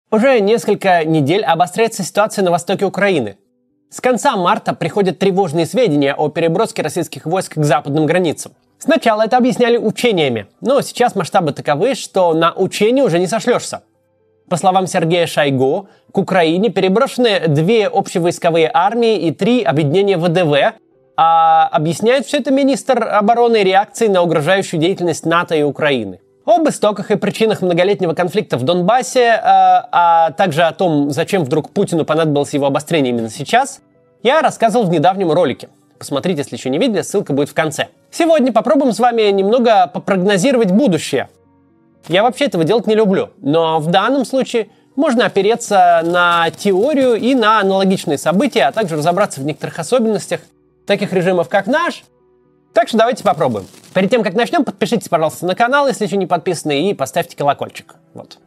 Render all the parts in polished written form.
Уже несколько недель обостряется ситуация на востоке Украины. С конца марта приходят тревожные сведения о переброске российских войск к западным границам. Сначала это объясняли учениями, но сейчас масштабы таковы, что на учения уже не сошлешься. По словам Сергея Шойгу, к Украине переброшены 2 общевойсковые армии и 3 объединения ВДВ, а объясняет все это министр обороны реакцией на угрожающую деятельность НАТО и Украины. Об истоках и причинах многолетнего конфликта в Донбассе, а также о том, зачем вдруг Путину понадобилось его обострение именно сейчас, я рассказывал в недавнем ролике. Посмотрите, если еще не видели, ссылка будет в конце. Сегодня попробуем с вами немного попрогнозировать будущее. Я вообще этого делать не люблю, но в данном случае можно опереться на теорию и на аналогичные события, а также разобраться в некоторых особенностях таких режимов, как наш. Так что давайте попробуем. Перед тем, как начнем, подпишитесь, пожалуйста, на канал, если еще не подписаны, и поставьте колокольчик. Вот.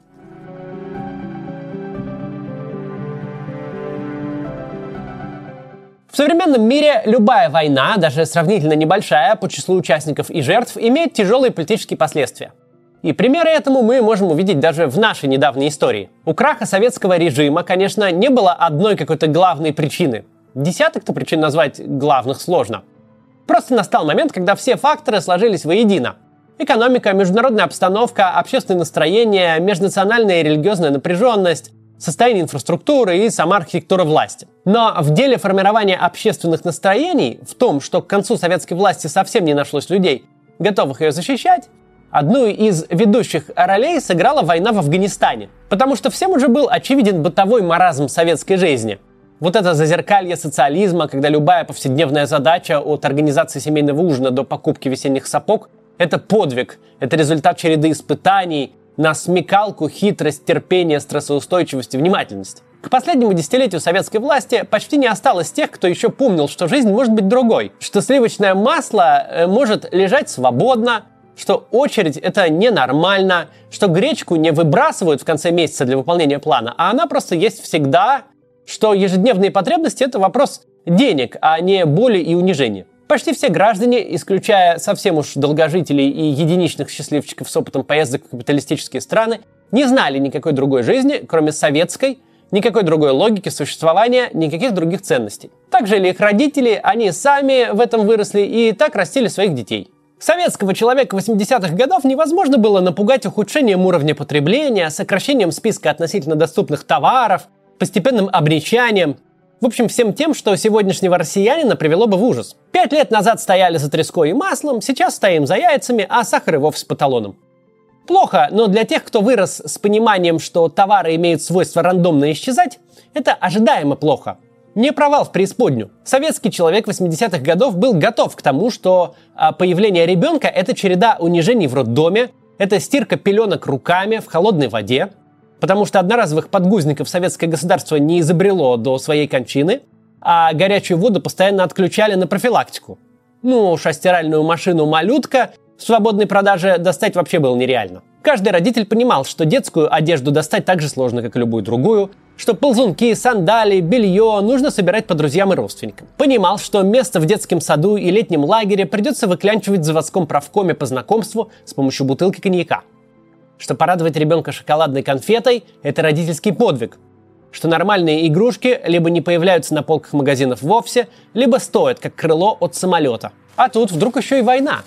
В современном мире любая война, даже сравнительно небольшая по числу участников и жертв, имеет тяжелые политические последствия. И примеры этому мы можем увидеть даже в нашей недавней истории. У краха советского режима, конечно, не было одной какой-то главной причины. Десяток-то причин назвать главных сложно. Просто настал момент, когда все факторы сложились воедино. Экономика, международная обстановка, общественное настроение, межнациональная и религиозная напряженность, состояние инфраструктуры и сама архитектура власти. Но в деле формирования общественных настроений, в том, что к концу советской власти совсем не нашлось людей, готовых ее защищать, одну из ведущих ролей сыграла война в Афганистане. Потому что всем уже был очевиден бытовой маразм советской жизни. Вот это зазеркалье социализма, когда любая повседневная задача от организации семейного ужина до покупки весенних сапог – это подвиг, это результат череды испытаний на смекалку, хитрость, терпение, стрессоустойчивость и внимательность. К последнему десятилетию советской власти почти не осталось тех, кто еще помнил, что жизнь может быть другой, что сливочное масло может лежать свободно, что очередь – это ненормально, что гречку не выбрасывают в конце месяца для выполнения плана, а она просто есть всегда, что ежедневные потребности – это вопрос денег, а не боли и унижения. Почти все граждане, исключая совсем уж долгожителей и единичных счастливчиков с опытом поездок в капиталистические страны, не знали никакой другой жизни, кроме советской, никакой другой логики существования, никаких других ценностей. Так жили их родители, они сами в этом выросли и так растили своих детей. Советского человека 80-х годов невозможно было напугать ухудшением уровня потребления, сокращением списка относительно доступных товаров, постепенным обнищанием. В общем, всем тем, что сегодняшнего россиянина привело бы в ужас. 5 лет назад стояли за треской и маслом, сейчас стоим за яйцами, а сахар и вовсе по талонам. Плохо, но для тех, кто вырос с пониманием, что товары имеют свойство рандомно исчезать, это ожидаемо плохо. Не провал в преисподнюю. Советский человек 80-х годов был готов к тому, что появление ребенка – это череда унижений в роддоме, это стирка пеленок руками в холодной воде, потому что одноразовых подгузников советское государство не изобрело до своей кончины, а горячую воду постоянно отключали на профилактику. Ну уж а стиральную машину «Малютка» в свободной продаже достать вообще было нереально. Каждый родитель понимал, что детскую одежду достать так же сложно, как и любую другую, что ползунки, сандали, белье нужно собирать по друзьям и родственникам. Понимал, что место в детском саду и летнем лагере придется выклянчивать в заводском правкоме по знакомству с помощью бутылки коньяка. Что порадовать ребенка шоколадной конфетой – это родительский подвиг. Что нормальные игрушки либо не появляются на полках магазинов вовсе, либо стоят, как крыло от самолета. А тут вдруг еще и война.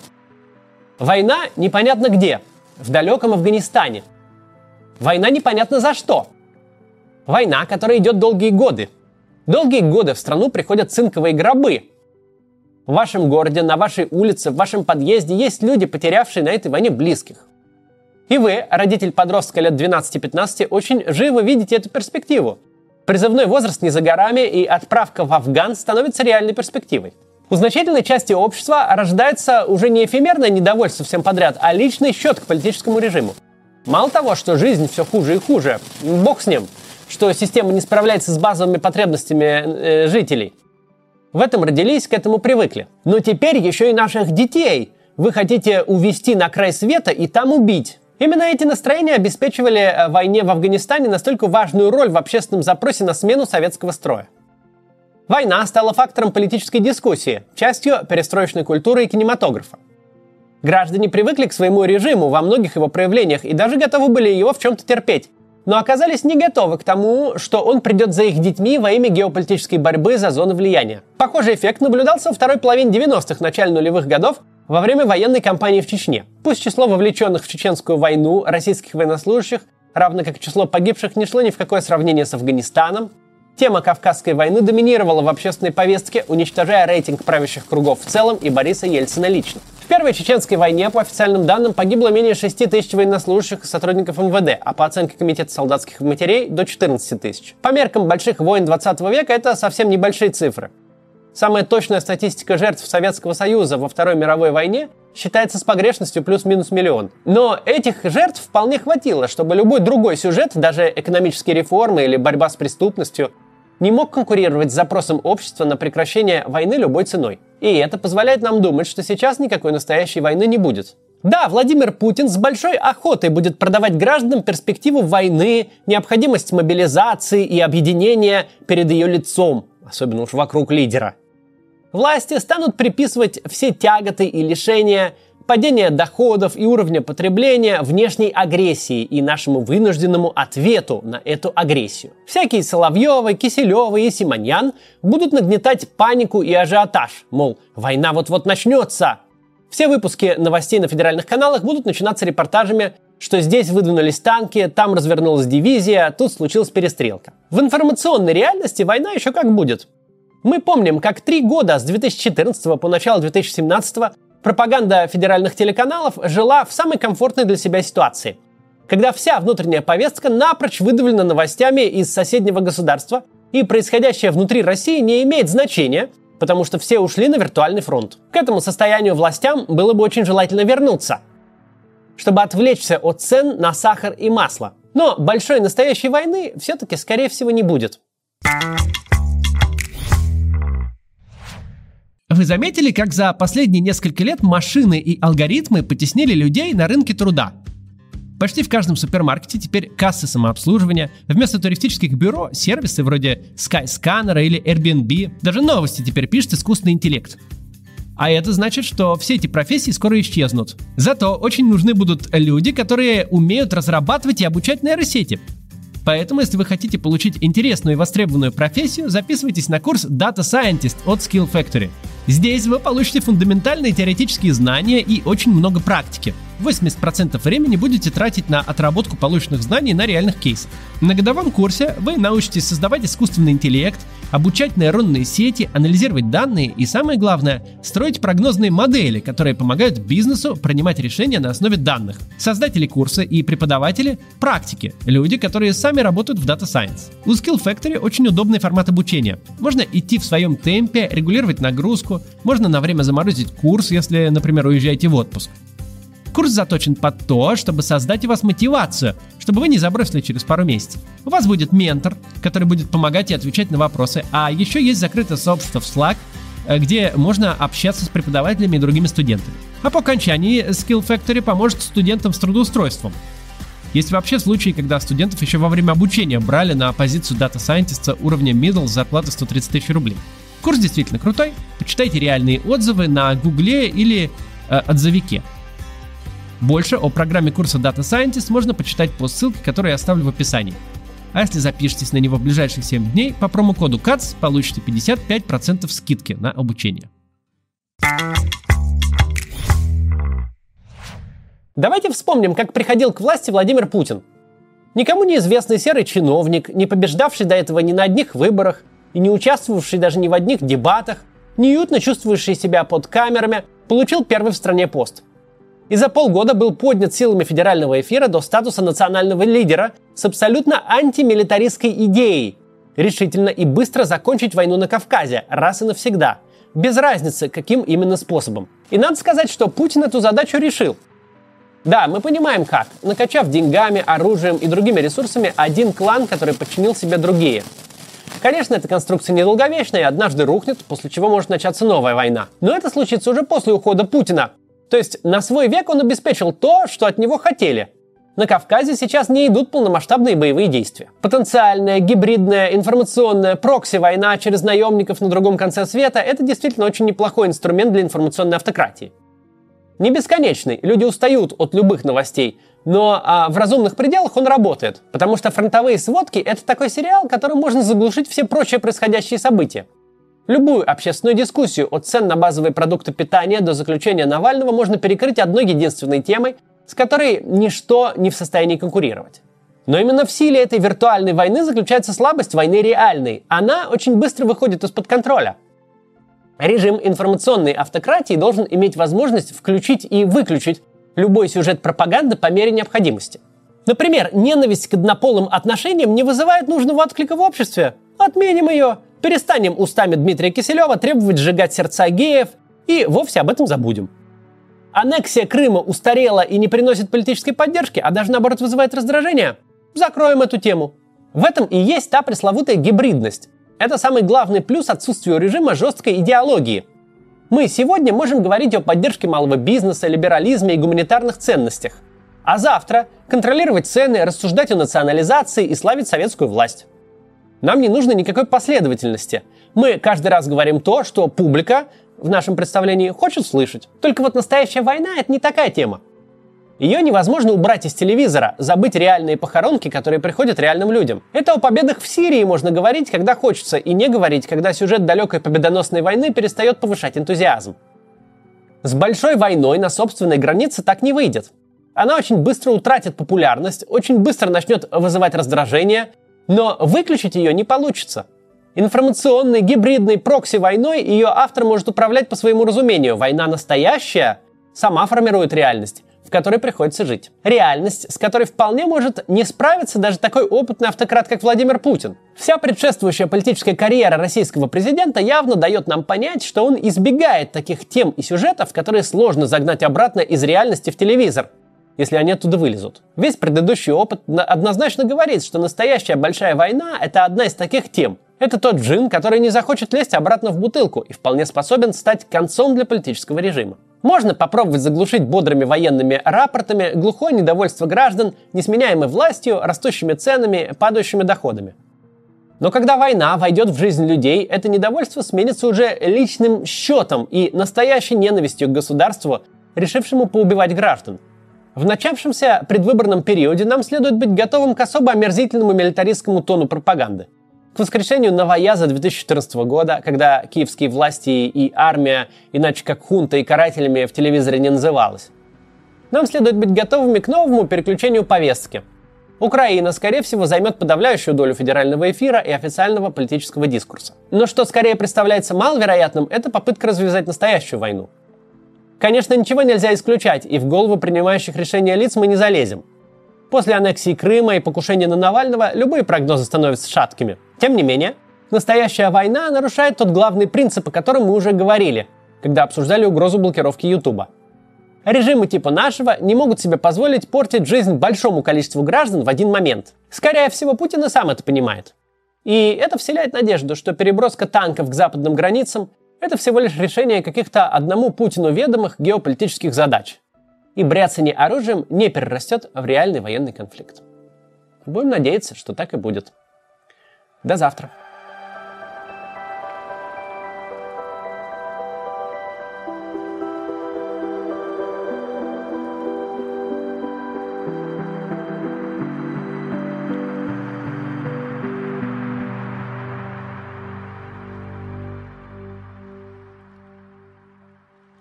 Война непонятно где. В далеком Афганистане. Война непонятно за что. Война, которая идет долгие годы. Долгие годы в страну приходят цинковые гробы. В вашем городе, на вашей улице, в вашем подъезде есть люди, потерявшие на этой войне близких. И вы, родитель подростка лет 12-15, очень живо видите эту перспективу. Призывной возраст не за горами, и отправка в Афган становится реальной перспективой. У значительной части общества рождается уже не эфемерное недовольство всем подряд, а личный счет к политическому режиму. Мало того, что жизнь все хуже и хуже, бог с ним, что система не справляется с базовыми потребностями жителей. В этом родились, к этому привыкли. Но теперь еще и наших детей вы хотите увезти на край света и там убить. Именно эти настроения обеспечивали войне в Афганистане настолько важную роль в общественном запросе на смену советского строя. Война стала фактором политической дискуссии, частью перестроечной культуры и кинематографа. Граждане привыкли к своему режиму во многих его проявлениях и даже готовы были его в чем-то терпеть. но оказались не готовы к тому, что он придет за их детьми во имя геополитической борьбы за зоны влияния. Похожий эффект наблюдался во второй половине 90-х, начале нулевых годов, во время военной кампании в Чечне. Пусть число вовлеченных в чеченскую войну российских военнослужащих, равно как и число погибших, не шло ни в какое сравнение с Афганистаном, тема Кавказской войны доминировала в общественной повестке, уничтожая рейтинг правящих кругов в целом и Бориса Ельцина лично. В Первой чеченской войне, по официальным данным, погибло менее 6 тысяч военнослужащих и сотрудников МВД, а по оценке Комитета солдатских матерей до 14 тысяч. По меркам больших войн 20 века это совсем небольшие цифры. Самая точная статистика жертв Советского Союза во Второй мировой войне считается с погрешностью плюс-минус 1 миллион. Но этих жертв вполне хватило, чтобы любой другой сюжет, даже экономические реформы или борьба с преступностью, не мог конкурировать с запросом общества на прекращение войны любой ценой. И это позволяет нам думать, что сейчас никакой настоящей войны не будет. Да, Владимир Путин с большой охотой будет продавать гражданам перспективу войны, необходимость мобилизации и объединения перед ее лицом, особенно уж вокруг лидера. Власти станут приписывать все тяготы и лишения, падение доходов и уровня потребления внешней агрессии и нашему вынужденному ответу на эту агрессию. Всякие Соловьевы, Киселевы и Симоньян будут нагнетать панику и ажиотаж, мол, война вот-вот начнется. Все выпуски новостей на федеральных каналах будут начинаться репортажами, что здесь выдвинулись танки, там развернулась дивизия, тут случилась перестрелка. В информационной реальности война еще как будет. Мы помним, как 3 года с 2014 по начало 2017 пропаганда федеральных телеканалов жила в самой комфортной для себя ситуации, когда вся внутренняя повестка напрочь выдавлена новостями из соседнего государства, и происходящее внутри России не имеет значения, потому что все ушли на виртуальный фронт. К этому состоянию властям было бы очень желательно вернуться, чтобы отвлечься от цен на сахар и масло. Но большой настоящей войны все-таки, скорее всего, не будет. Вы заметили, как за последние несколько лет машины и алгоритмы потеснили людей на рынке труда? Почти в каждом супермаркете теперь кассы самообслуживания, вместо туристических бюро сервисы вроде Skyscanner или Airbnb, даже новости теперь пишет искусственный интеллект. А это значит, что все эти профессии скоро исчезнут. Зато очень нужны будут люди, которые умеют разрабатывать и обучать нейросети. Поэтому, если вы хотите получить интересную и востребованную профессию, записывайтесь на курс Data Scientist от Skill Factory. Здесь вы получите фундаментальные теоретические знания и очень много практики. 80% времени будете тратить на отработку полученных знаний на реальных кейсах. На годовом курсе вы научитесь создавать искусственный интеллект, обучать нейронные сети, анализировать данные и, самое главное, строить прогнозные модели, которые помогают бизнесу принимать решения на основе данных. Создатели курса и преподаватели – практики, люди, которые сами работают в Data Science. У Skill Factory очень удобный формат обучения. Можно идти в своем темпе, регулировать нагрузку, можно на время заморозить курс, если, например, уезжаете в отпуск. Курс заточен под то, чтобы создать у вас мотивацию, чтобы вы не забросили через пару месяцев. У вас будет ментор, который будет помогать и отвечать на вопросы, а еще есть закрытое сообщество в Slack, где можно общаться с преподавателями и другими студентами. А по окончании Skill Factory поможет студентам с трудоустройством. Есть вообще случаи, когда студентов еще во время обучения брали на позицию Data Scientist уровня Middle с зарплатой 130 тысяч рублей. Курс действительно крутой, почитайте реальные отзывы на Гугле или отзывике. Больше о программе курса Data Scientist можно почитать по ссылке, которую я оставлю в описании. А если запишетесь на него в ближайшие 7 дней, по промокоду CATS получите 55% скидки на обучение. Давайте вспомним, как приходил к власти Владимир Путин. Никому неизвестный серый чиновник, не побеждавший до этого ни на одних выборах и не участвовавший даже ни в одних дебатах, неуютно чувствующий себя под камерами, получил первый в стране пост. И за полгода был поднят силами федерального эфира до статуса национального лидера с абсолютно антимилитаристской идеей решительно и быстро закончить войну на Кавказе раз и навсегда, без разницы, каким именно способом. И надо сказать, что Путин эту задачу решил. Да, мы понимаем как, накачав деньгами, оружием и другими ресурсами один клан, который подчинил себе другие. Конечно, эта конструкция недолговечная и однажды рухнет, после чего может начаться новая война. Но это случится уже после ухода Путина. То есть на свой век он обеспечил то, что от него хотели. На Кавказе сейчас не идут полномасштабные боевые действия. Потенциальная, гибридная, информационная прокси-война через наемников на другом конце света – это действительно очень неплохой инструмент для информационной автократии. Не бесконечный, люди устают от любых новостей, но в разумных пределах он работает, потому что «Фронтовые сводки» — это такой сериал, которым можно заглушить все прочие происходящие события. Любую общественную дискуссию от цен на базовые продукты питания до заключения Навального можно перекрыть одной единственной темой, с которой ничто не в состоянии конкурировать. Но именно в силе этой виртуальной войны заключается слабость войны реальной. Она очень быстро выходит из-под контроля. Режим информационной автократии должен иметь возможность включить и выключить любой сюжет пропаганды по мере необходимости. Например, ненависть к однополым отношениям не вызывает нужного отклика в обществе. Отменим ее, перестанем устами Дмитрия Киселева требовать сжигать сердца геев и вовсе об этом забудем. Аннексия Крыма устарела и не приносит политической поддержки, а даже наоборот вызывает раздражение. Закроем эту тему. В этом и есть та пресловутая гибридность. Это самый главный плюс отсутствия у режима жесткой идеологии. Мы сегодня можем говорить о поддержке малого бизнеса, либерализме и гуманитарных ценностях. А завтра контролировать цены, рассуждать о национализации и славить советскую власть. Нам не нужно никакой последовательности. Мы каждый раз говорим то, что публика в нашем представлении хочет слышать. Только вот настоящая война – это не такая тема. Ее невозможно убрать из телевизора, забыть реальные похоронки, которые приходят реальным людям. Это о победах в Сирии можно говорить, когда хочется, и не говорить, когда сюжет далекой победоносной войны перестает повышать энтузиазм. С большой войной на собственной границе так не выйдет. Она очень быстро утратит популярность, очень быстро начнет вызывать раздражение, но выключить ее не получится. Информационной, гибридной прокси-войной ее автор может управлять по своему разумению. Война настоящая сама формирует реальность, в которой приходится жить. Реальность, с которой вполне может не справиться даже такой опытный автократ, как Владимир Путин. Вся предшествующая политическая карьера российского президента явно дает нам понять, что он избегает таких тем и сюжетов, которые сложно загнать обратно из реальности в телевизор, если они оттуда вылезут. Весь предыдущий опыт однозначно говорит, что настоящая большая война – это одна из таких тем. Это тот джин, который не захочет лезть обратно в бутылку и вполне способен стать концом для политического режима. Можно попробовать заглушить бодрыми военными рапортами глухое недовольство граждан, несменяемой властью, растущими ценами, падающими доходами. Но когда война войдет в жизнь людей, это недовольство сменится уже личным счетом и настоящей ненавистью к государству, решившему поубивать граждан. В начавшемся предвыборном периоде нам следует быть готовым к особо омерзительному милитаристскому тону пропаганды. К воскрешению новояза 2014 года, когда киевские власти и армия, иначе как хунта и карателями, в телевизоре не называлась. Нам следует быть готовыми к новому переключению повестки. Украина, скорее всего, займет подавляющую долю федерального эфира и официального политического дискурса. Но что скорее представляется маловероятным, это попытка развязать настоящую войну. Конечно, ничего нельзя исключать, и в голову принимающих решения лиц мы не залезем. После аннексии Крыма и покушения на Навального любые прогнозы становятся шаткими. Тем не менее, настоящая война нарушает тот главный принцип, о котором мы уже говорили, когда обсуждали угрозу блокировки Ютуба. Режимы типа нашего не могут себе позволить портить жизнь большому количеству граждан в один момент. Скорее всего, Путин и сам это понимает. И это вселяет надежду, что переброска танков к западным границам – это всего лишь решение каких-то одному Путину ведомых геополитических задач. И бряцание оружием не перерастет в реальный военный конфликт. Будем надеяться, что так и будет. До завтра.